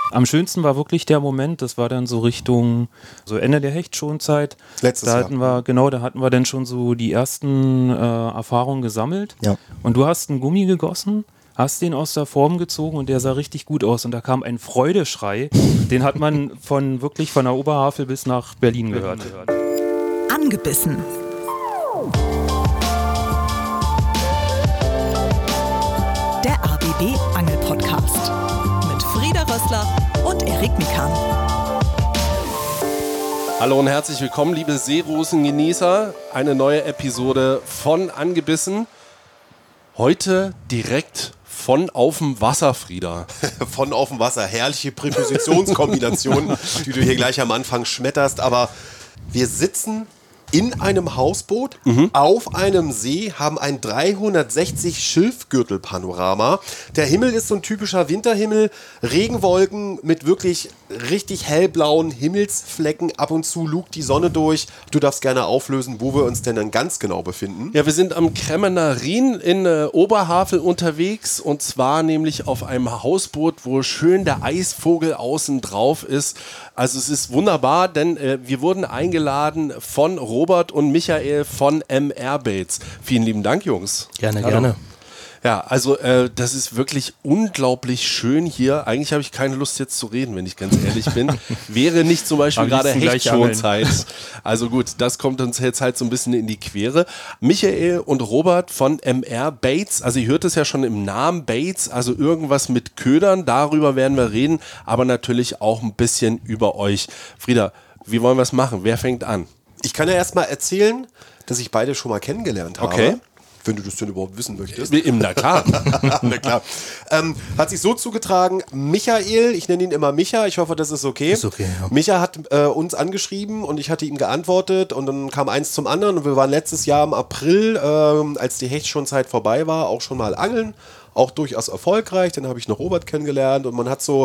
Am schönsten war wirklich der Moment, das war dann so Richtung so Ende der Hechtschonzeit. Letztes da Jahr. da hatten wir dann schon so die ersten Erfahrungen gesammelt. Ja. Und du hast einen Gummi gegossen, hast den aus der Form gezogen und der sah richtig gut aus. Und da kam ein Freudeschrei, den hat man von der Oberhavel bis nach Berlin gehört. Angebissen. Der RBB Angel Podcast mit Frieda Rössler und Erik Mikan. Hallo und herzlich willkommen, liebe Seerosengenießer. Eine neue Episode von Angebissen. Heute direkt von auf dem Wasser, Frieda. Von auf dem Wasser. Herrliche Präpositionskombination, die du hier gleich am Anfang schmetterst. Aber wir sitzen in einem Hausboot, auf einem See, haben ein 360-Schilfgürtel-Panorama. Der Himmel ist so ein typischer Winterhimmel, Regenwolken mit wirklich richtig hellblauen Himmelsflecken. Ab und zu lugt die Sonne durch. Du darfst gerne auflösen, wo wir uns denn dann ganz genau befinden. Ja, wir sind am Kremmener Rhin in Oberhavel unterwegs und zwar nämlich auf einem Hausboot, wo schön der Eisvogel außen drauf ist. Also es ist wunderbar, denn wir wurden eingeladen von Robert und Michael von MR Baits. Vielen lieben Dank, Jungs. Gerne, Hallo. gerne. Ja, also das ist wirklich unglaublich schön hier. Eigentlich habe ich keine Lust jetzt zu reden, wenn ich ganz ehrlich bin. Wäre nicht zum Beispiel gerade Hechtschonzeit. Also gut, das kommt uns jetzt halt so ein bisschen in die Quere. Michael und Robert von MR Baits, also ihr hört es ja schon im Namen Baits, also irgendwas mit Ködern, darüber werden wir reden, aber natürlich auch ein bisschen über euch. Frieda, wie wollen wir es machen? Wer fängt an? Ich kann ja erstmal erzählen, dass ich beide schon mal kennengelernt habe. Okay. Wenn du das denn überhaupt wissen möchtest. Na klar. Na klar. Hat sich so zugetragen, Michael, ich nenne ihn immer Micha, ich hoffe, das ist okay. Ist okay, ja. Micha hat uns angeschrieben und ich hatte ihm geantwortet und dann kam eins zum anderen und wir waren letztes Jahr im April, als die Hechtschonzeit vorbei war, auch schon mal angeln. Auch durchaus erfolgreich, dann habe ich noch Robert kennengelernt und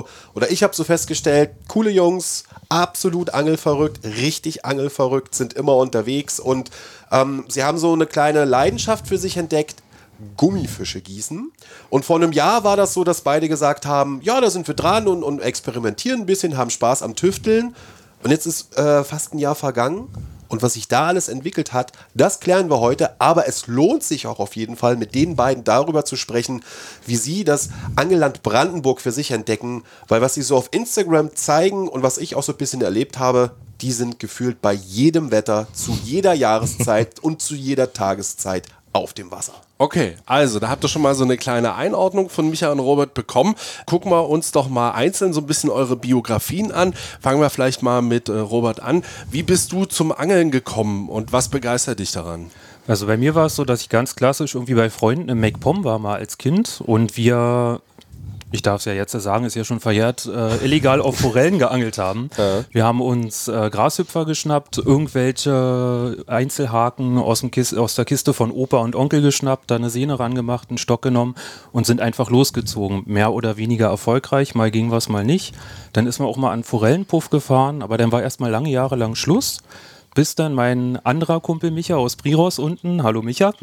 ich habe so festgestellt, coole Jungs, absolut angelverrückt, richtig angelverrückt, sind immer unterwegs und sie haben so eine kleine Leidenschaft für sich entdeckt, Gummifische gießen. Und vor einem Jahr war das so, dass beide gesagt haben, ja, da sind wir dran und experimentieren ein bisschen, haben Spaß am Tüfteln. Und jetzt ist fast ein Jahr vergangen. Und was sich da alles entwickelt hat, das klären wir heute. Aber es lohnt sich auch auf jeden Fall, mit den beiden darüber zu sprechen, wie sie das Angelland Brandenburg für sich entdecken. Weil was sie so auf Instagram zeigen und was ich auch so ein bisschen erlebt habe, die sind gefühlt bei jedem Wetter, zu jeder Jahreszeit und zu jeder Tageszeit auf dem Wasser. Okay, also da habt ihr schon mal so eine kleine Einordnung von Micha und Robert bekommen. Gucken wir uns doch mal einzeln so ein bisschen eure Biografien an. Fangen wir vielleicht mal mit Robert an. Wie bist du zum Angeln gekommen und was begeistert dich daran? Also bei mir war es so, dass ich ganz klassisch irgendwie bei Freunden im MacPom war mal als Kind und wir, ich darf es ja jetzt sagen, ist ja schon verjährt, illegal auf Forellen geangelt haben. Ja. Wir haben uns Grashüpfer geschnappt, irgendwelche Einzelhaken aus der Kiste von Opa und Onkel geschnappt, da eine Sehne rangemacht, einen Stock genommen und sind einfach losgezogen. Mehr oder weniger erfolgreich, mal ging was, mal nicht. Dann ist man auch mal an Forellenpuff gefahren, aber dann war erstmal lange Jahre lang Schluss. Bis dann mein anderer Kumpel Micha aus Priros unten, hallo Micha,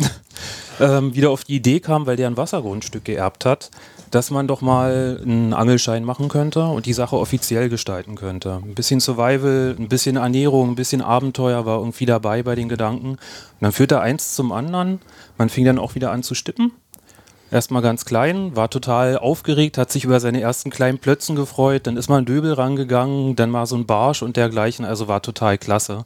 wieder auf die Idee kam, weil der ein Wassergrundstück geerbt hat, dass man doch mal einen Angelschein machen könnte und die Sache offiziell gestalten könnte. Ein bisschen Survival, ein bisschen Ernährung, ein bisschen Abenteuer war irgendwie dabei bei den Gedanken. Und dann führte eins zum anderen. Man fing dann auch wieder an zu stippen. Erstmal ganz klein, war total aufgeregt, hat sich über seine ersten kleinen Plötzen gefreut. Dann ist mal ein Döbel rangegangen, dann mal so ein Barsch und dergleichen. Also war total klasse.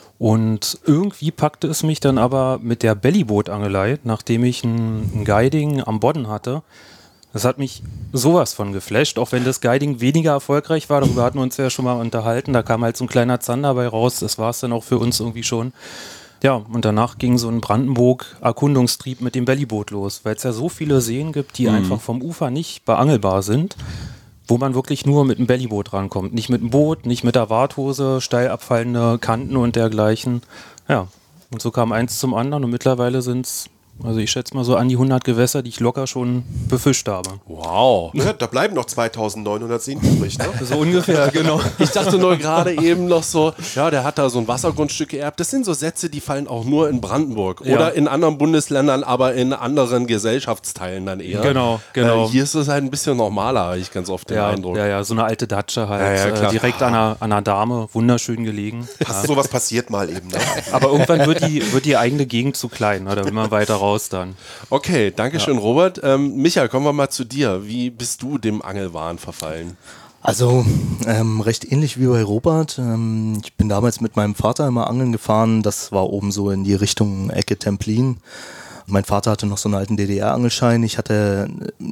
Und irgendwie packte es mich dann aber mit der Bellyboot-Angelei, nachdem ich ein Guiding am Bodden hatte. Das hat mich sowas von geflasht, auch wenn das Guiding weniger erfolgreich war. Darüber hatten wir uns ja schon mal unterhalten. Da kam halt so ein kleiner Zander dabei raus. Das war es dann auch für uns irgendwie schon. Ja, und danach ging so ein Brandenburg-Erkundungstrieb mit dem Bellyboot los, weil es ja so viele Seen gibt, die einfach vom Ufer nicht beangelbar sind, wo man wirklich nur mit dem Bellyboot rankommt. Nicht mit dem Boot, nicht mit der Warthose, steil abfallende Kanten und dergleichen. Ja, und so kam eins zum anderen und mittlerweile sind es Also ich schätze mal so an die 100 Gewässer, die ich locker schon befischt habe. Wow. Ja, da bleiben noch 2910 übrig, ne? So ungefähr, genau. Ich dachte nur gerade eben noch so, ja, der hat da so ein Wassergrundstück geerbt. Das sind so Sätze, die fallen auch nur in Brandenburg oder in anderen Bundesländern, aber in anderen Gesellschaftsteilen dann eher. Genau. Hier ist es halt ein bisschen normaler, habe ich ganz oft den Eindruck. Ja, so eine alte Datsche halt, direkt an einer Dame, wunderschön gelegen. Sowas passiert mal eben, ne? Aber irgendwann wird die eigene Gegend zu klein, ne? Da will man weiter raus dann. Okay, danke schön, Robert. Micha, kommen wir mal zu dir. Wie bist du dem Angelwahn verfallen? Also recht ähnlich wie bei Robert. Ich bin damals mit meinem Vater immer angeln gefahren. Das war oben so in die Richtung Ecke Templin. Mein Vater hatte noch so einen alten DDR-Angelschein. Ich hatte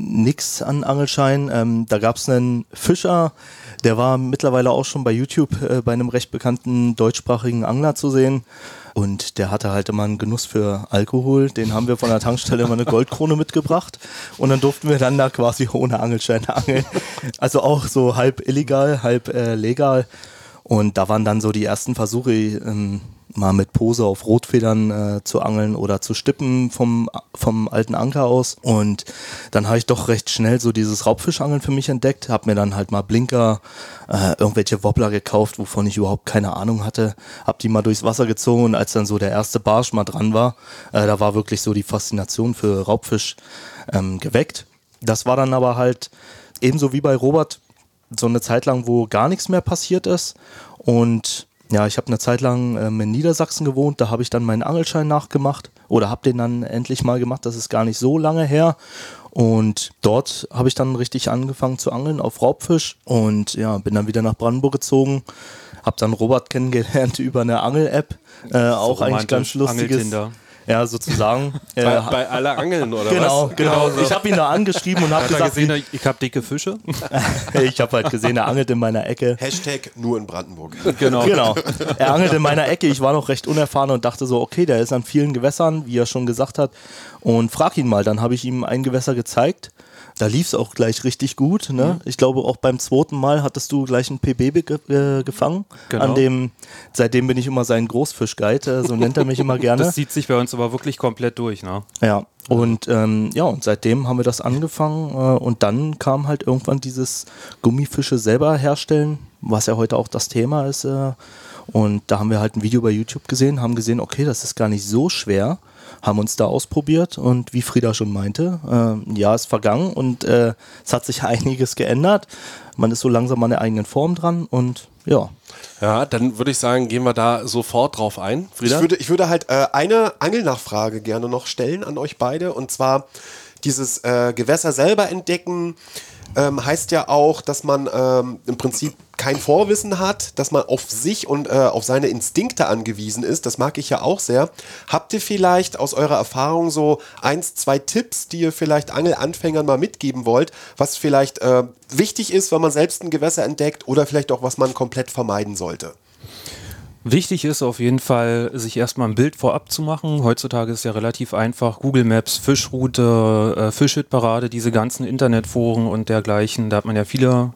nix an Angelschein. Da gab es einen Fischer, der war mittlerweile auch schon bei YouTube bei einem recht bekannten deutschsprachigen Angler zu sehen. Und der hatte halt immer einen Genuss für Alkohol. Den haben wir von der Tankstelle immer eine Goldkrone mitgebracht. Und dann durften wir dann da quasi ohne Angelschein angeln. Also auch so halb illegal, halb legal. Und da waren dann so die ersten Versuche, mal mit Pose auf Rotfedern zu angeln oder zu stippen vom alten Anker aus. Und dann habe ich doch recht schnell so dieses Raubfischangeln für mich entdeckt, habe mir dann halt mal Blinker, irgendwelche Wobbler gekauft, wovon ich überhaupt keine Ahnung hatte, habe die mal durchs Wasser gezogen und als dann so der erste Barsch mal dran war, da war wirklich so die Faszination für Raubfisch geweckt. Das war dann aber halt ebenso wie bei Robert so eine Zeit lang, wo gar nichts mehr passiert ist. Und ja, ich habe eine Zeit lang in Niedersachsen gewohnt, da habe ich dann meinen Angelschein nachgemacht oder habe den dann endlich mal gemacht, das ist gar nicht so lange her. Und dort habe ich dann richtig angefangen zu angeln auf Raubfisch und ja, bin dann wieder nach Brandenburg gezogen, habe dann Robert kennengelernt über eine Angel-App, auch eigentlich ganz lustiges. Ja, sozusagen. Bei aller Angeln, oder genau, was? Genau, ich habe ihn da angeschrieben und habe gesagt, gesehen, ich habe dicke Fische. Ich habe halt gesehen, er angelt in meiner Ecke. Hashtag nur in Brandenburg. Genau. Er angelt in meiner Ecke. Ich war noch recht unerfahren und dachte so, okay, der ist an vielen Gewässern, wie er schon gesagt hat. Und frag ihn mal. Dann habe ich ihm ein Gewässer gezeigt. Da lief es auch gleich richtig gut. Ne? Ich glaube, auch beim zweiten Mal hattest du gleich einen PB gefangen. Genau. Seitdem bin ich immer sein Großfischguide, so nennt er mich immer gerne. Das zieht sich bei uns aber wirklich komplett durch. Ne? Ja, und und seitdem haben wir das angefangen und dann kam halt irgendwann dieses Gummifische selber herstellen, was ja heute auch das Thema ist. Und da haben wir halt ein Video bei YouTube gesehen, haben gesehen, okay, das ist gar nicht so schwer. Haben uns da ausprobiert und wie Frieda schon meinte, ein Jahr ist vergangen und es hat sich einiges geändert. Man ist so langsam an der eigenen Form dran und ja. Ja, dann würde ich sagen, gehen wir da sofort drauf ein. Frieda? Ich würde halt eine Angelnachfrage gerne noch stellen an euch beide und zwar dieses Gewässer selber entdecken heißt ja auch, dass man im Prinzip kein Vorwissen hat, dass man auf sich und auf seine Instinkte angewiesen ist. Das mag ich ja auch sehr. Habt ihr vielleicht aus eurer Erfahrung so 1, 2 Tipps, die ihr vielleicht Angelanfängern mal mitgeben wollt, was vielleicht wichtig ist, wenn man selbst ein Gewässer entdeckt oder vielleicht auch, was man komplett vermeiden sollte? Wichtig ist auf jeden Fall, sich erstmal ein Bild vorab zu machen. Heutzutage ist ja relativ einfach. Google Maps, Fischroute, Fischhit-Parade, diese ganzen Internetforen und dergleichen. Da hat man ja viele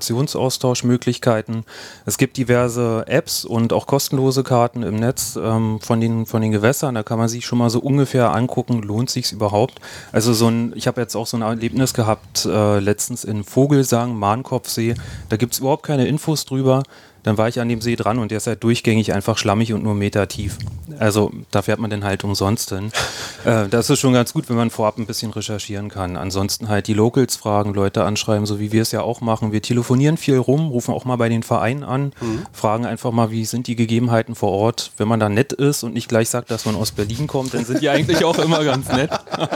Informationsaustauschmöglichkeiten. Es gibt diverse Apps und auch kostenlose Karten im Netz von den Gewässern. Da kann man sich schon mal so ungefähr angucken, lohnt sich's überhaupt. Also ich habe jetzt auch so ein Erlebnis gehabt, letztens in Vogelsang, Mahnkopfsee. Da gibt's überhaupt keine Infos drüber. Dann war ich an dem See dran und der ist halt durchgängig einfach schlammig und nur Meter tief. Also da fährt man dann halt umsonst hin. Das ist schon ganz gut, wenn man vorab ein bisschen recherchieren kann. Ansonsten halt die Locals fragen, Leute anschreiben, so wie wir es ja auch machen. Wir telefonieren viel rum, rufen auch mal bei den Vereinen an, fragen einfach mal, wie sind die Gegebenheiten vor Ort. Wenn man da nett ist und nicht gleich sagt, dass man aus Berlin kommt, dann sind die eigentlich auch immer ganz nett.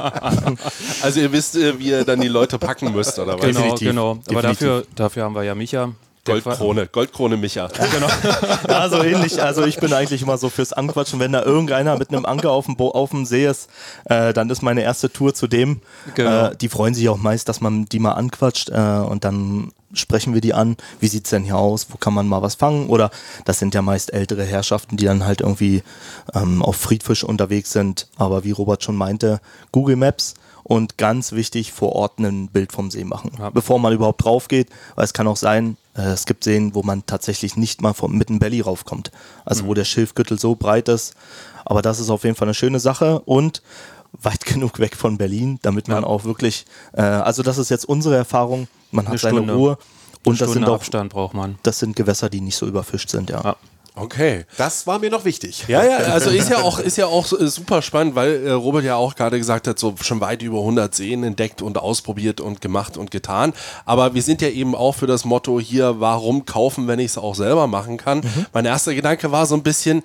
Also ihr wisst, wie ihr dann die Leute packen müsst, oder was? Genau. Aber dafür haben wir ja Micha. Goldkrone Micha. Genau. Ja, so ähnlich. Also ich bin eigentlich immer so fürs Anquatschen. Wenn da irgendeiner mit einem Anker auf dem See ist, dann ist meine erste Tour zu dem. Genau. Die freuen sich auch meist, dass man die mal anquatscht und dann sprechen wir die an. Wie sieht es denn hier aus? Wo kann man mal was fangen? Oder das sind ja meist ältere Herrschaften, die dann halt irgendwie auf Friedfisch unterwegs sind. Aber wie Robert schon meinte, Google Maps. Und ganz wichtig, vor Ort ein Bild vom See machen, bevor man überhaupt drauf geht. Weil es kann auch sein, es gibt Seen, wo man tatsächlich nicht mal mit dem Belly raufkommt. Also wo der Schilfgürtel so breit ist. Aber das ist auf jeden Fall eine schöne Sache. Und weit genug weg von Berlin, damit man auch wirklich, also das ist jetzt unsere Erfahrung, man hat seine Ruhe und das sind auch Abstand braucht man. Das sind Gewässer, die nicht so überfischt sind, ja. Okay. Das war mir noch wichtig. Ja, also ist ja auch super spannend, weil Robert ja auch gerade gesagt hat, so schon weit über 100 Seen entdeckt und ausprobiert und gemacht und getan. Aber wir sind ja eben auch für das Motto hier, warum kaufen, wenn ich es auch selber machen kann. Mein erster Gedanke war so ein bisschen,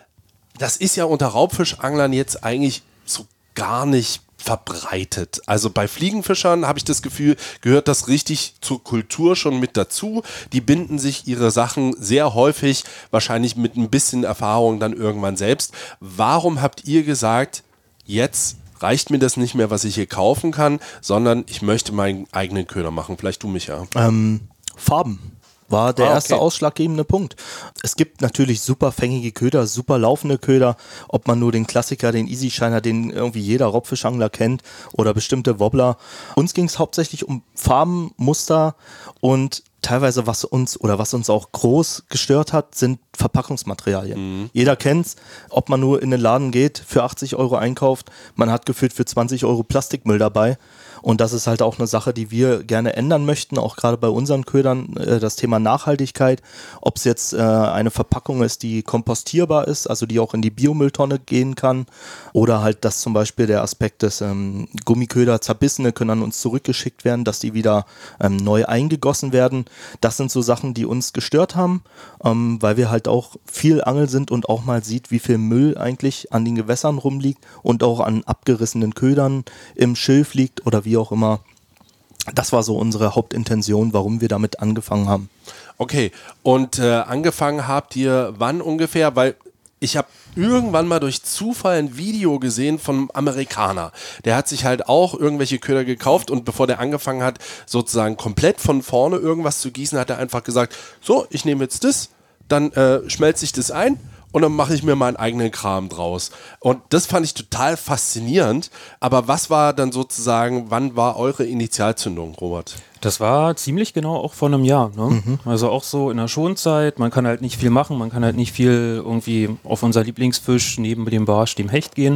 das ist ja unter Raubfischanglern jetzt eigentlich so gar nicht verbreitet. Also bei Fliegenfischern habe ich das Gefühl, gehört das richtig zur Kultur schon mit dazu. Die binden sich ihre Sachen sehr häufig, wahrscheinlich mit ein bisschen Erfahrung dann irgendwann selbst. Warum habt ihr gesagt, jetzt reicht mir das nicht mehr, was ich hier kaufen kann, sondern ich möchte meinen eigenen Köder machen? Vielleicht du, Micha. Farben war der erste ausschlaggebende Punkt. Es gibt natürlich super fängige Köder, super laufende Köder, ob man nur den Klassiker, den Easy Shiner, den irgendwie jeder Raubfischangler kennt oder bestimmte Wobbler. Uns ging es hauptsächlich um Farben, Muster und teilweise was uns auch groß gestört hat, sind Verpackungsmaterialien. Jeder kennt's, ob man nur in den Laden geht, für 80 € einkauft, man hat gefühlt für 20 € Plastikmüll dabei. Und das ist halt auch eine Sache, die wir gerne ändern möchten, auch gerade bei unseren Ködern, das Thema Nachhaltigkeit. Ob es jetzt eine Verpackung ist, die kompostierbar ist, also die auch in die Biomülltonne gehen kann, oder halt, dass zum Beispiel der Aspekt des Gummiköder zerbissene können an uns zurückgeschickt werden, dass die wieder neu eingegossen werden. Das sind so Sachen, die uns gestört haben, weil wir halt auch viel Angeln sind und auch mal sieht, wie viel Müll eigentlich an den Gewässern rumliegt und auch an abgerissenen Ködern im Schilf liegt oder wie auch immer. Das war so unsere Hauptintention, warum wir damit angefangen haben. Okay, und angefangen habt ihr wann ungefähr? Weil ich habe irgendwann mal durch Zufall ein Video gesehen von einem Amerikaner. Der hat sich halt auch irgendwelche Köder gekauft und bevor der angefangen hat, sozusagen komplett von vorne irgendwas zu gießen, hat er einfach gesagt, so, ich nehme jetzt das, dann schmelze ich das ein und dann mache ich mir meinen eigenen Kram draus. Und das fand ich total faszinierend. Aber was war dann sozusagen, wann war eure Initialzündung, Robert? Das war ziemlich genau auch vor einem Jahr. Ne? Also auch so in der Schonzeit, man kann halt nicht viel machen, man kann halt nicht viel irgendwie auf unser Lieblingsfisch neben dem Barsch, dem Hecht gehen.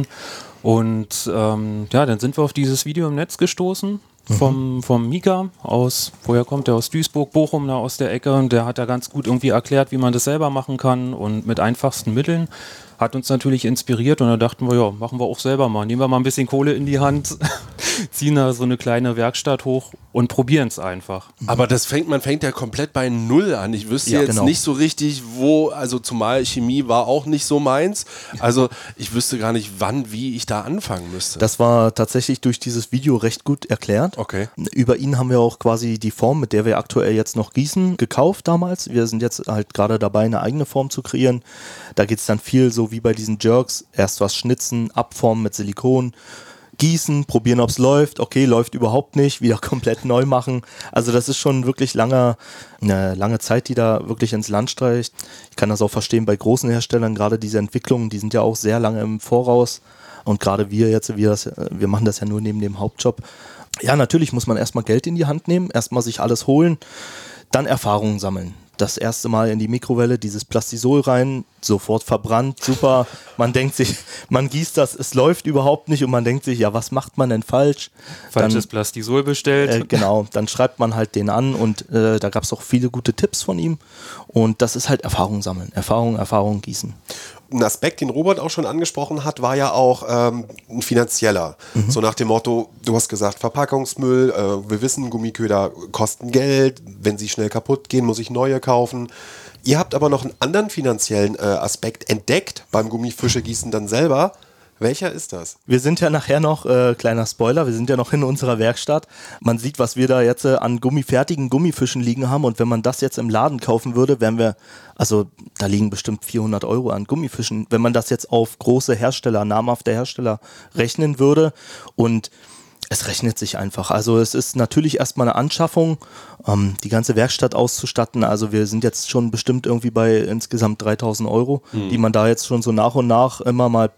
Und dann sind wir auf dieses Video im Netz gestoßen. Vom Mika aus, woher kommt der? Aus Duisburg, Bochum, da aus der Ecke. Und der hat da ganz gut irgendwie erklärt, wie man das selber machen kann und mit einfachsten Mitteln. Hat uns natürlich inspiriert und da dachten wir, ja, machen wir auch selber mal. Nehmen wir mal ein bisschen Kohle in die Hand, ziehen da so eine kleine Werkstatt hoch und probieren es einfach. Aber man fängt ja komplett bei Null an. Ich wüsste jetzt nicht so richtig, wo, also zumal Chemie war auch nicht so meins. Also ich wüsste gar nicht, wann, wie ich da anfangen müsste. Das war tatsächlich durch dieses Video recht gut erklärt. Okay. Über ihn haben wir auch quasi die Form, mit der wir aktuell jetzt noch gießen, gekauft damals. Wir sind jetzt halt gerade dabei, eine eigene Form zu kreieren. Da geht es dann viel so wie bei diesen Jerks. Erst was schnitzen, abformen mit Silikon, gießen, probieren, ob es läuft. Okay, läuft überhaupt nicht, wieder komplett neu machen. Also das ist schon wirklich eine lange Zeit, die da wirklich ins Land streicht. Ich kann das auch verstehen bei großen Herstellern, gerade diese Entwicklungen, die sind ja auch sehr lange im Voraus. Und gerade wir machen das ja nur neben dem Hauptjob. Ja, natürlich muss man erstmal Geld in die Hand nehmen, erstmal sich alles holen, dann Erfahrungen sammeln. Das erste Mal in die Mikrowelle, dieses Plastisol rein, sofort verbrannt, super. Man denkt sich, man gießt das, es läuft überhaupt nicht und man denkt sich, ja, was macht man denn falsch? Falsches Plastisol bestellt. Genau, dann schreibt man halt den an und da gab es auch viele gute Tipps von ihm und das ist halt Erfahrung sammeln, Erfahrung gießen. Ein Aspekt, den Robert auch schon angesprochen hat, war ja auch ein finanzieller. So nach dem Motto, du hast gesagt, Verpackungsmüll, wir wissen, Gummiköder kosten Geld, wenn sie schnell kaputt gehen, muss ich neue kaufen. Ihr habt aber noch einen anderen finanziellen Aspekt entdeckt beim Gummifischegießen dann selber. Welcher ist das? Wir sind ja nachher noch, kleiner Spoiler, wir sind ja noch in unserer Werkstatt. Man sieht, was wir da jetzt an fertigen Gummifischen liegen haben und wenn man das jetzt im Laden kaufen würde, wären wir, also da liegen bestimmt 400 € an Gummifischen. Wenn man das jetzt auf große Hersteller, namhafte Hersteller rechnen würde und es rechnet sich einfach. Also es ist natürlich erstmal eine Anschaffung, die ganze Werkstatt auszustatten. Also wir sind jetzt schon bestimmt irgendwie bei insgesamt 3.000 €, die man da jetzt schon so nach und nach immer mal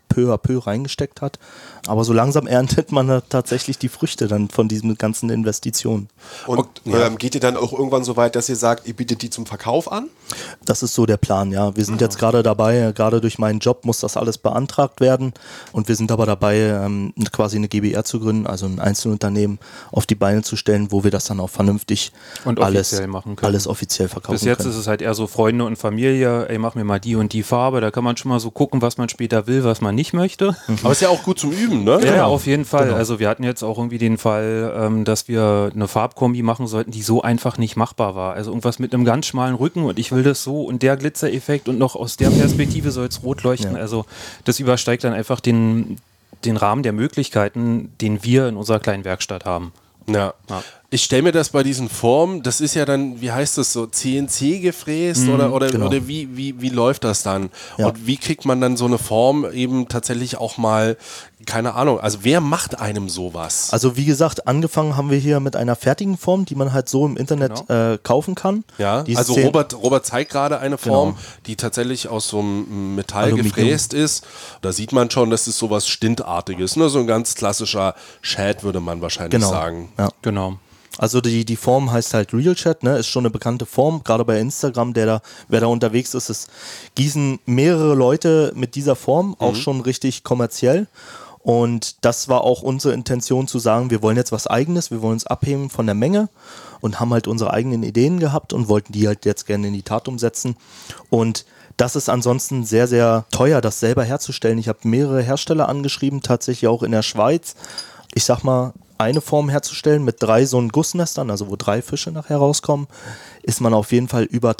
peu à peu reingesteckt hat. Aber so langsam erntet man da tatsächlich die Früchte dann von diesen ganzen Investitionen. Und geht ihr dann auch irgendwann so weit, dass ihr sagt, ihr bietet die zum Verkauf an? Das ist so der Plan, ja. Wir sind jetzt gerade dabei, gerade durch meinen Job muss das alles beantragt werden und wir sind aber dabei, quasi eine GbR zu gründen, also ein Einzelunternehmen auf die Beine zu stellen, wo wir das dann auch vernünftig und offiziell machen können. Alles offiziell verkaufen Bis jetzt können. ist es halt eher so Freunde und Familie, ey, mach mir mal die und die Farbe, da kann man schon mal so gucken, was man später will, was man nicht möchte. Aber ist ja auch gut zum Üben, ne? Ja, auf jeden Fall. Genau. Also wir hatten jetzt auch irgendwie den Fall, dass wir eine Farbkombi machen sollten, die so einfach nicht machbar war. Also irgendwas mit einem ganz schmalen Rücken und ich will das so und der Glitzereffekt und noch aus der Perspektive soll es rot leuchten. Ja. Also das übersteigt dann einfach den Rahmen der Möglichkeiten, den wir in unserer kleinen Werkstatt haben. Ja. Ich stelle mir das bei diesen Formen, das ist ja dann, wie heißt das so, CNC gefräst oder genau. wie läuft das dann? Ja. Und wie kriegt man dann so eine Form eben tatsächlich auch mal, keine Ahnung, also wer macht einem sowas? Also wie gesagt, angefangen haben wir hier mit einer fertigen Form, die man halt so im Internet kaufen kann. Ja, also Robert zeigt gerade eine Form, die tatsächlich aus so einem Metall gefräst ist. Da sieht man schon, das ist sowas Stintartiges, ne? So ein ganz klassischer Shad, würde man wahrscheinlich sagen. Ja, genau. Also die Form heißt halt Real Chat, ne? Ist schon eine bekannte Form, gerade bei Instagram, wer da unterwegs ist, es gießen mehrere Leute mit dieser Form, auch schon richtig kommerziell. Und das war auch unsere Intention zu sagen, wir wollen jetzt was Eigenes, wir wollen uns abheben von der Menge und haben halt unsere eigenen Ideen gehabt und wollten die halt jetzt gerne in die Tat umsetzen. Und das ist ansonsten sehr, sehr teuer, das selber herzustellen. Ich habe mehrere Hersteller angeschrieben, tatsächlich auch in der Schweiz. Ich sag mal, eine Form herzustellen mit 3 so einen Gussnestern, also wo 3 Fische nachher rauskommen, ist man auf jeden Fall über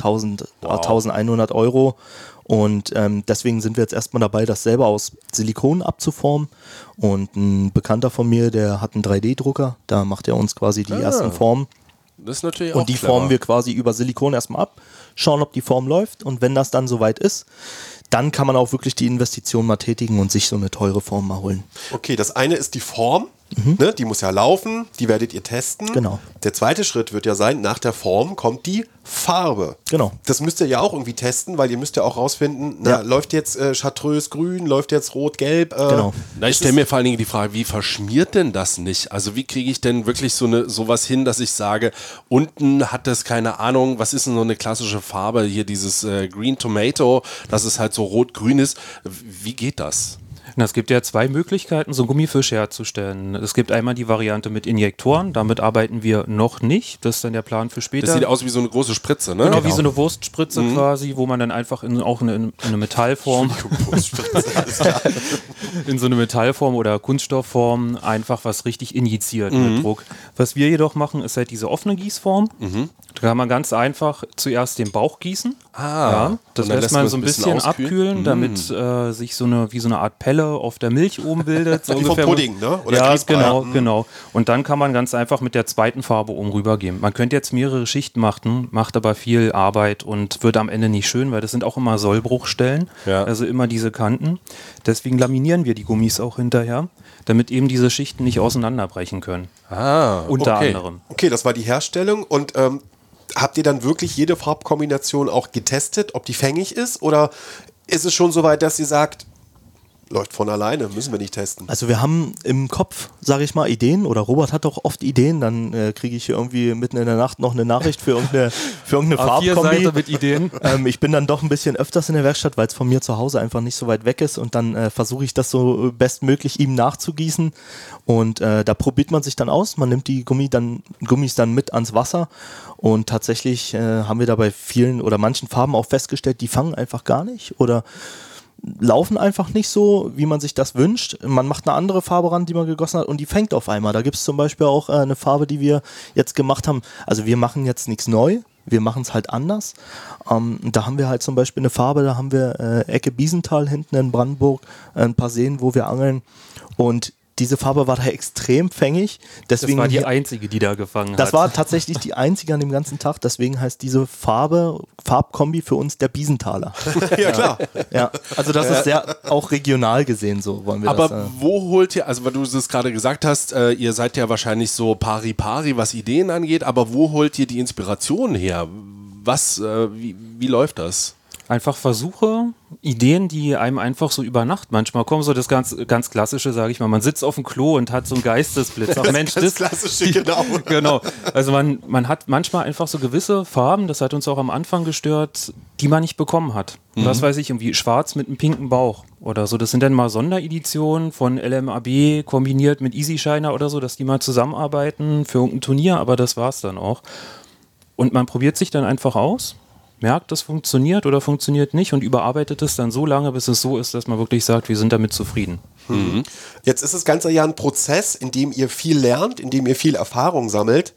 1100 Euro. Und deswegen sind wir jetzt erstmal dabei, das selber aus Silikon abzuformen. Und ein Bekannter von mir, der hat einen 3D-Drucker, da macht er uns quasi die ersten Formen. Das ist natürlich auch Und die clever. formen wir quasi über Silikon erstmal ab, schauen, ob die Form läuft. Und wenn das dann soweit ist, dann kann man auch wirklich die Investition mal tätigen und sich so eine teure Form mal holen. Okay, das eine ist die Form. Ne, die muss ja laufen, die werdet ihr testen. Genau. Der zweite Schritt wird ja sein, nach der Form kommt die Farbe. Genau. Das müsst ihr ja auch irgendwie testen, weil ihr müsst ja auch rausfinden, läuft jetzt chartreuse grün, läuft jetzt rot-gelb. Genau. Ich stelle mir vor allen Dingen die Frage, wie verschmiert denn das nicht? Also wie kriege ich denn wirklich sowas hin, dass ich sage, unten hat das keine Ahnung, was ist denn so eine klassische Farbe, hier dieses Green Tomato, dass es halt so rot-grün ist. Wie geht das? Es gibt ja 2 Möglichkeiten, so einen Gummifisch herzustellen. Es gibt einmal die Variante mit Injektoren, damit arbeiten wir noch nicht. Das ist dann der Plan für später. Das sieht aus wie so eine große Spritze, ne? Genau, wie so eine Wurstspritze quasi, wo man dann einfach in eine Metallform, in so eine Metallform oder Kunststoffform einfach was richtig injiziert mit Druck. Was wir jedoch machen, ist halt diese offene Gießform. Da kann man ganz einfach zuerst den Bauch gießen. Das lässt man so ein bisschen abkühlen, damit sich wie so eine Art Pelle auf der Milch oben bildet. So wie vom Pudding, ne? Oder ja, genau. Und dann kann man ganz einfach mit der zweiten Farbe oben rübergehen. Man könnte jetzt mehrere Schichten machen, macht aber viel Arbeit und wird am Ende nicht schön, weil das sind auch immer Sollbruchstellen, also immer diese Kanten. Deswegen laminieren wir die Gummis auch hinterher, damit eben diese Schichten nicht auseinanderbrechen können. Unter anderem. Okay, das war die Herstellung und habt ihr dann wirklich jede Farbkombination auch getestet, ob die fängig ist? Oder ist es schon so weit, dass ihr sagt, läuft von alleine, müssen wir nicht testen? Also wir haben im Kopf, sage ich mal, Ideen oder Robert hat auch oft Ideen, dann kriege ich hier irgendwie mitten in der Nacht noch eine Nachricht für irgendeine Farbkombi. mit Ideen. Ich bin dann doch ein bisschen öfters in der Werkstatt, weil es von mir zu Hause einfach nicht so weit weg ist und dann versuche ich das so bestmöglich ihm nachzugießen und da probiert man sich dann aus, man nimmt die Gummis dann mit ans Wasser und tatsächlich haben wir da bei vielen oder manchen Farben auch festgestellt, die fangen einfach gar nicht oder laufen einfach nicht so, wie man sich das wünscht. Man macht eine andere Farbe ran, die man gegossen hat und die fängt auf einmal. Da gibt es zum Beispiel auch eine Farbe, die wir jetzt gemacht haben. Also wir machen jetzt nichts neu, wir machen es halt anders. Da haben wir halt zum Beispiel eine Farbe, da haben wir Ecke Biesental hinten in Brandenburg, ein paar Seen, wo wir angeln und diese Farbe war da extrem fängig. Deswegen das war die einzige, die da gefangen hat. Das war tatsächlich die einzige an dem ganzen Tag. Deswegen heißt diese Farbkombi für uns der Biesentaler. Ja, klar. Ja, also das ist sehr auch regional gesehen, so wollen wir aber das. Wo holt ihr, also weil du es gerade gesagt hast, ihr seid ja wahrscheinlich so pari-pari, was Ideen angeht, aber wo holt ihr die Inspiration her? Wie läuft das? Einfach Versuche Ideen, die einem einfach so über Nacht manchmal kommen, so das ganz Klassische, sage ich mal. Man sitzt auf dem Klo und hat so einen Geistesblitz. Ach Mensch, das Klassische, genau. Genau. Also man hat manchmal einfach so gewisse Farben, das hat uns auch am Anfang gestört, die man nicht bekommen hat. Was weiß ich, irgendwie schwarz mit einem pinken Bauch oder so. Das sind dann mal Sondereditionen von LMAB kombiniert mit Easy Shiner oder so, dass die mal zusammenarbeiten für irgendein Turnier, aber das war's dann auch. Und man probiert sich dann einfach aus, merkt, das funktioniert oder funktioniert nicht und überarbeitet es dann so lange, bis es so ist, dass man wirklich sagt, wir sind damit zufrieden. Jetzt ist das Ganze ja ein Prozess, in dem ihr viel lernt, in dem ihr viel Erfahrung sammelt.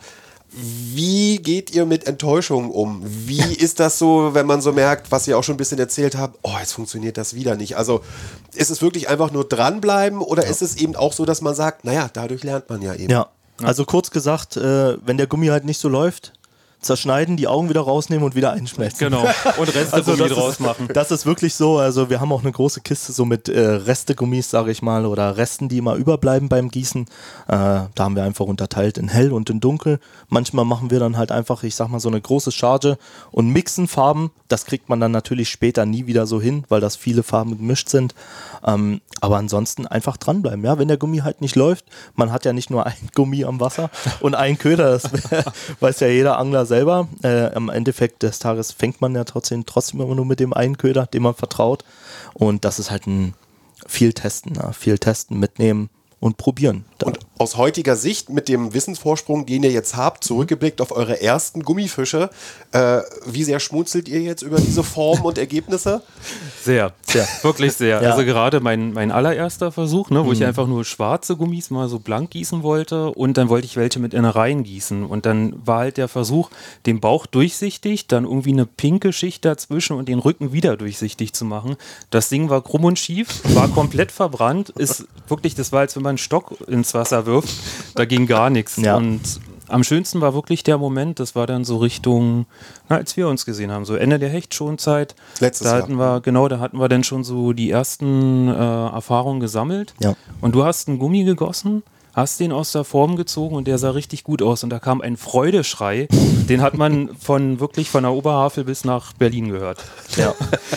Wie geht ihr mit Enttäuschungen um? Wie ist das so, wenn man so merkt, was ihr auch schon ein bisschen erzählt habt, oh, jetzt funktioniert das wieder nicht. Also ist es wirklich einfach nur dranbleiben oder ist es eben auch so, dass man sagt, naja, dadurch lernt man ja eben. Ja, also kurz gesagt, wenn der Gummi halt nicht so läuft, zerschneiden, die Augen wieder rausnehmen und wieder einschmelzen. Genau. Und Restegummi draus machen. Das ist wirklich so. Also wir haben auch eine große Kiste so mit Restegummis, sage ich mal, oder Resten, die immer überbleiben beim Gießen. Da haben wir einfach unterteilt in hell und in dunkel. Manchmal machen wir dann halt einfach, ich sag mal, so eine große Charge und mixen Farben. Das kriegt man dann natürlich später nie wieder so hin, weil das viele Farben gemischt sind. Aber ansonsten einfach dranbleiben. Ja? Wenn der Gummi halt nicht läuft, man hat ja nicht nur ein Gummi am Wasser und einen Köder, das weiß ja jeder Angler selber. Am Endeffekt des Tages fängt man ja trotzdem immer nur mit dem einen Köder, dem man vertraut. Und das ist halt ein viel testen, mitnehmen und probieren. Und aus heutiger Sicht, mit dem Wissensvorsprung, den ihr jetzt habt, zurückgeblickt auf eure ersten Gummifische, wie sehr schmunzelt ihr jetzt über diese Formen und Ergebnisse? Sehr, wirklich sehr. Ja. Also gerade mein allererster Versuch, ne, wo ich einfach nur schwarze Gummis mal so blank gießen wollte und dann wollte ich welche mit Innereien gießen und dann war halt der Versuch, den Bauch durchsichtig, dann irgendwie eine pinke Schicht dazwischen und den Rücken wieder durchsichtig zu machen. Das Ding war krumm und schief, war komplett verbrannt, ist wirklich, das war, als wenn man einen Stock ins Wasser wirft, da ging gar nichts. Ja. Und am schönsten war wirklich der Moment, das war dann so Richtung, als wir uns gesehen haben, so Ende der Hechtschonzeit. Letztes da Jahr. da hatten wir dann schon so die ersten Erfahrungen gesammelt. Ja. Und du hast einen Gummi gegossen, hast den aus der Form gezogen und der sah richtig gut aus. Und da kam ein Freudeschrei, den hat man wirklich von der Oberhavel bis nach Berlin gehört. Ja.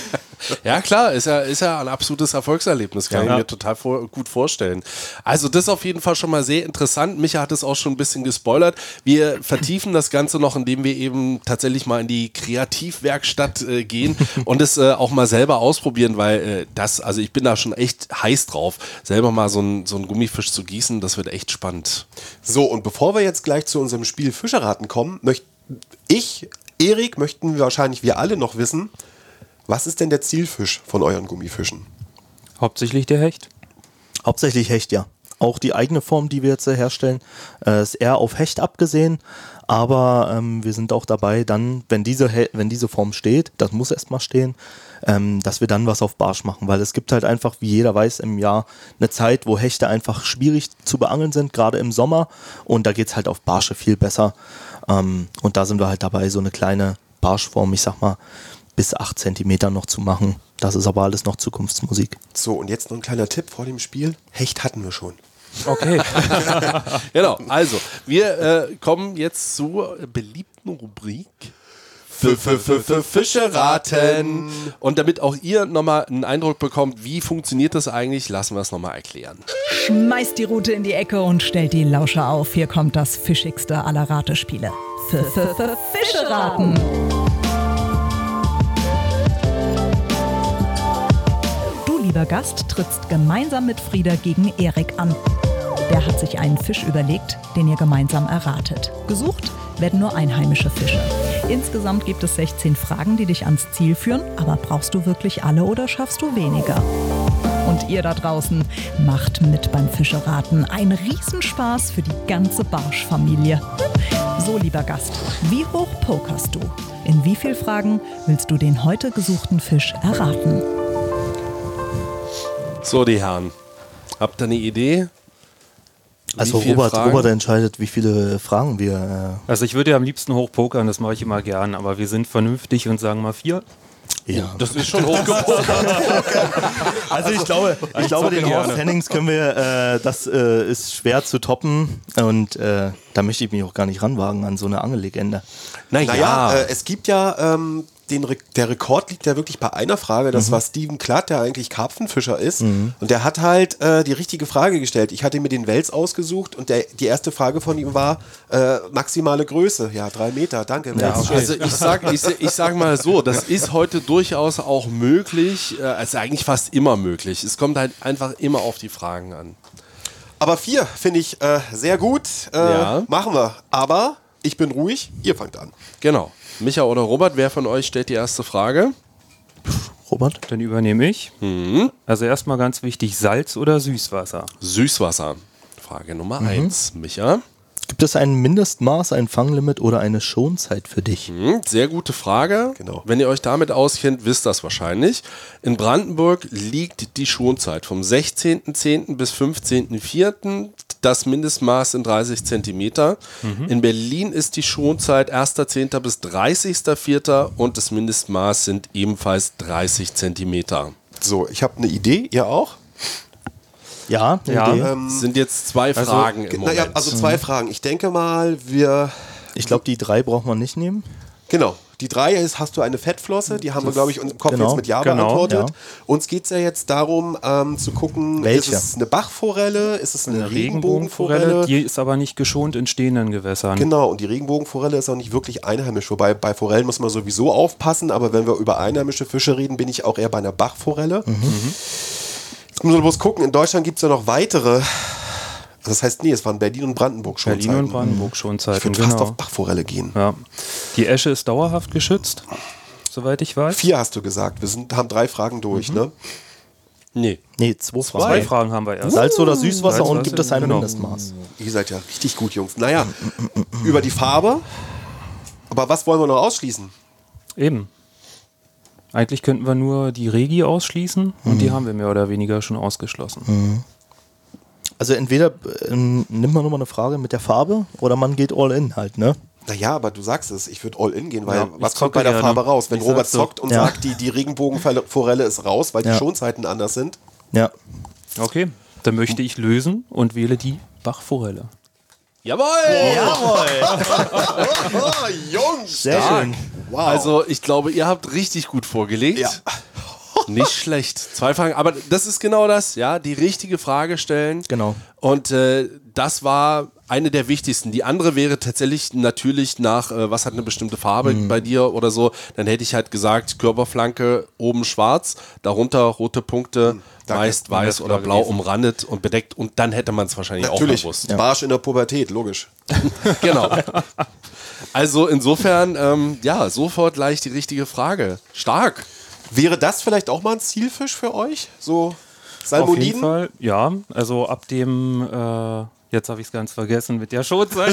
Ja klar, ist ja ein absolutes Erfolgserlebnis, kann ich mir total gut vorstellen. Also das ist auf jeden Fall schon mal sehr interessant. Micha hat es auch schon ein bisschen gespoilert. Wir vertiefen das Ganze noch, indem wir eben tatsächlich mal in die Kreativwerkstatt gehen und es auch mal selber ausprobieren, weil also ich bin da schon echt heiß drauf, selber mal so einen Gummifisch zu gießen, das wird echt spannend. So, und bevor wir jetzt gleich zu unserem Spiel Fischeraten kommen, möchten wahrscheinlich wir alle noch wissen, was ist denn der Zielfisch von euren Gummifischen? Hauptsächlich der Hecht. Hauptsächlich Hecht, ja. Auch die eigene Form, die wir jetzt herstellen, ist eher auf Hecht abgesehen. Aber wir sind auch dabei, dann, wenn diese Form steht, das muss erstmal stehen, dass wir dann was auf Barsch machen. Weil es gibt halt einfach, wie jeder weiß, im Jahr eine Zeit, wo Hechte einfach schwierig zu beangeln sind, gerade im Sommer. Und da geht es halt auf Barsche viel besser. Und da sind wir halt dabei, so eine kleine Barschform, ich sag mal, bis 8 Zentimeter noch zu machen. Das ist aber alles noch Zukunftsmusik. So, und jetzt noch ein kleiner Tipp vor dem Spiel. Hecht hatten wir schon. Okay. Genau, also wir kommen jetzt zur beliebten Rubrik Fischeraten. Und damit auch ihr nochmal einen Eindruck bekommt, wie funktioniert das eigentlich, lassen wir es nochmal erklären. Schmeißt die Rute in die Ecke und stellt die Lauscher auf. Hier kommt das fischigste aller Ratespiele. Fischeraten. Du, lieber Gast, trittst gemeinsam mit Frieda gegen Erik an. Der hat sich einen Fisch überlegt, den ihr gemeinsam erratet. Gesucht werden nur einheimische Fische. Insgesamt gibt es 16 Fragen, die dich ans Ziel führen. Aber brauchst du wirklich alle oder schaffst du weniger? Und ihr da draußen macht mit beim Fischeraten. Ein Riesenspaß für die ganze Barschfamilie. So, lieber Gast, wie hoch pokerst du? In wie vielen Fragen willst du den heute gesuchten Fisch erraten? So, die Herren, habt ihr eine Idee? Also Robert entscheidet, wie viele Fragen wir... Also ich würde ja am liebsten hochpokern, das mache ich immer gern, aber wir sind vernünftig und sagen mal 4. Ja. Das ist schon hochgepokert. Also ich glaube, den Horst Hennings können wir, das ist schwer zu toppen und da möchte ich mich auch gar nicht ranwagen an so eine Angellegende. Naja, es gibt ja der Rekord liegt ja wirklich bei einer Frage. Das war Steven Klatt, der eigentlich Karpfenfischer ist. Und der hat halt die richtige Frage gestellt. Ich hatte mir den Wels ausgesucht und die erste Frage von ihm war maximale Größe. Ja, 3 Meter, danke. Ja, also ich sag mal so, das ist heute durchaus auch möglich, also eigentlich fast immer möglich. Es kommt halt einfach immer auf die Fragen an. Aber 4 finde ich sehr gut. Machen wir. Aber ich bin ruhig, ihr fangt an. Genau. Micha oder Robert, wer von euch stellt die erste Frage? Robert? Dann übernehme ich. Also erstmal ganz wichtig, Salz oder Süßwasser? Süßwasser. Frage Nummer 1. Micha? Gibt es ein Mindestmaß, ein Fanglimit oder eine Schonzeit für dich? Sehr gute Frage. Genau. Wenn ihr euch damit auskennt, wisst das wahrscheinlich. In Brandenburg liegt die Schonzeit vom 16.10. bis 15.04. Das Mindestmaß sind 30 Zentimeter. In Berlin ist die Schonzeit 1.10. bis 30.04. und das Mindestmaß sind ebenfalls 30 Zentimeter. So, ich habe eine Idee, ihr auch? Ja, Idee. Sind jetzt 2 Fragen im Moment. Naja, also 2 Fragen. Ich denke mal, Ich glaube, die 3 braucht man nicht nehmen. Genau. Die 3 ist, hast du eine Fettflosse? Die haben wir, glaube ich, im Kopf jetzt mit Ja beantwortet. Ja. Uns geht es ja jetzt darum, zu gucken, welche? Ist es eine Bachforelle, ist es eine Regenbogenforelle? Die ist aber nicht geschont in stehenden Gewässern. Genau, und die Regenbogenforelle ist auch nicht wirklich einheimisch. Wobei bei Forellen muss man sowieso aufpassen, aber wenn wir über einheimische Fische reden, bin ich auch eher bei einer Bachforelle. Jetzt müssen wir bloß gucken, in Deutschland gibt es ja noch weitere. Das heißt, nee, es waren Berlin und Brandenburg schon. Berlin und Brandenburg schon Zeiten. Ich würde fast auf Bachforelle gehen. Ja. Die Esche ist dauerhaft geschützt, soweit ich weiß. 4 hast du gesagt. Wir haben 3 Fragen durch, ne? Nee. Nee, 2 Fragen. 2 Fragen haben wir erst. Salz oder Süßwasser Salz, und gibt es ein genau. Mindestmaß? Ihr seid ja richtig gut, Jungs. Naja, über die Farbe. Aber was wollen wir noch ausschließen? Eben. Eigentlich könnten wir nur die Regi ausschließen und die haben wir mehr oder weniger schon ausgeschlossen. Also entweder nimmt man nochmal eine Frage mit der Farbe oder man geht all in halt, ne? Naja, aber du sagst es, ich würde all in gehen, weil Ja, was ich kommt bei der zocke Farbe gerne. raus? Wenn Ich Robert sag's so. zockt und Ja. sagt, die Regenbogenforelle ist raus, weil die Ja. Schonzeiten anders sind. Ja. Okay, dann möchte ich lösen und wähle die Bachforelle. Jawohl! Oh, Jungs! Sehr schön. Wow. Also ich glaube, ihr habt richtig gut vorgelegt. Ja. Nicht schlecht. 2 Fragen, aber das ist genau das, ja, die richtige Frage stellen. Genau. Und das war eine der wichtigsten. Die andere wäre tatsächlich natürlich nach, was hat eine bestimmte Farbe bei dir oder so, dann hätte ich halt gesagt, Körperflanke oben schwarz, darunter rote Punkte, meist weiß oder blau umrandet und bedeckt und dann hätte man es wahrscheinlich Natürlich, auch gewusst. Barsch in der Pubertät, logisch. Genau. Also insofern, ja, sofort gleich die richtige Frage. Stark. Wäre das vielleicht auch mal ein Zielfisch für euch? So Auf jeden Salmoniden? Fall, ja. Also ab dem, jetzt habe ich es ganz vergessen mit der Schonzeit.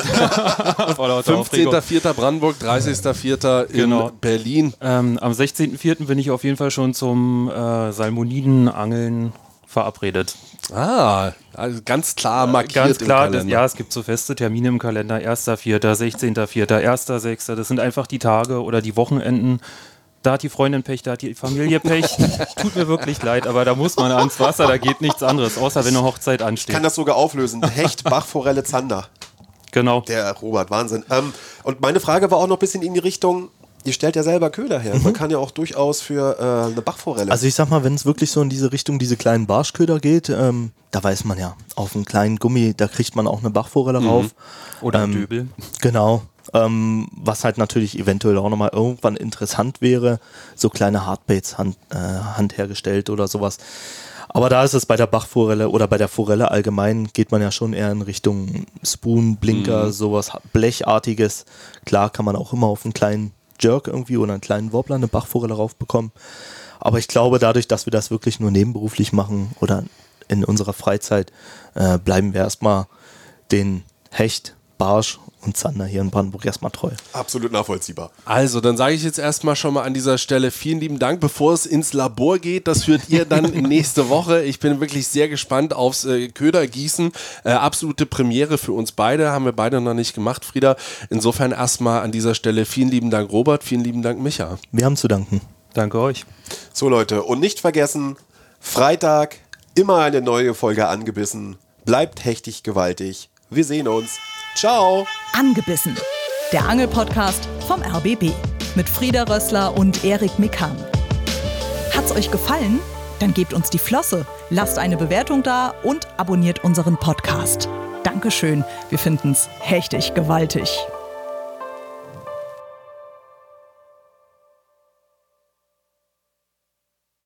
15.04. Brandenburg, 30.04. in Genau. Berlin. Am 16.04. bin ich auf jeden Fall schon zum Salmonidenangeln verabredet. Ah, also ganz klar markiert Ganz klar, im Kalender. ja, es gibt so feste Termine im Kalender. 1.04., 16.04., 1.06. Das sind einfach die Tage oder die Wochenenden. Da hat die Freundin Pech, da hat die Familie Pech. Tut mir wirklich leid, aber da muss man ans Wasser, da geht nichts anderes, außer wenn eine Hochzeit Ich ansteht. kann das sogar auflösen. Hecht, Bachforelle, Zander. Genau. Der Robert, Wahnsinn. Und meine Frage war auch noch ein bisschen in die Richtung, ihr stellt ja selber Köder her. Man kann ja auch durchaus für eine Bachforelle. Also ich sag mal, wenn es wirklich so in diese Richtung, diese kleinen Barschköder geht, da weiß man ja, auf einen kleinen Gummi, da kriegt man auch eine Bachforelle rauf. Oder ein Döbel. Genau. Was halt natürlich eventuell auch nochmal irgendwann interessant wäre, so kleine Hardbaits handhergestellt oder sowas. Aber da ist es bei der Bachforelle oder bei der Forelle allgemein, geht man ja schon eher in Richtung Spoon, Blinker, sowas Blechartiges. Klar kann man auch immer auf einen kleinen Jerk irgendwie oder einen kleinen Wobbler eine Bachforelle raufbekommen. Aber ich glaube, dadurch, dass wir das wirklich nur nebenberuflich machen oder in unserer Freizeit, bleiben wir erstmal den Hecht, Barsch und Zander hier in Brandenburg erstmal treu. Absolut nachvollziehbar. Also, dann sage ich jetzt erstmal schon mal an dieser Stelle vielen lieben Dank. Bevor es ins Labor geht, das hört ihr dann nächste Woche. Ich bin wirklich sehr gespannt aufs Ködergießen. Absolute Premiere für uns beide, haben wir beide noch nicht gemacht, Frieda. Insofern erstmal an dieser Stelle vielen lieben Dank, Robert, vielen lieben Dank, Micha. Wir haben zu danken. Danke euch. So Leute, und nicht vergessen, Freitag immer eine neue Folge angebissen. Bleibt hechtig gewaltig. Wir sehen uns. Ciao. Angebissen. Der Angelpodcast vom RBB. mit Frieda Rössler und Erik Mikan. Hat's euch gefallen? Dann gebt uns die Flosse, lasst eine Bewertung da und abonniert unseren Podcast. Dankeschön, wir finden's hechtig gewaltig.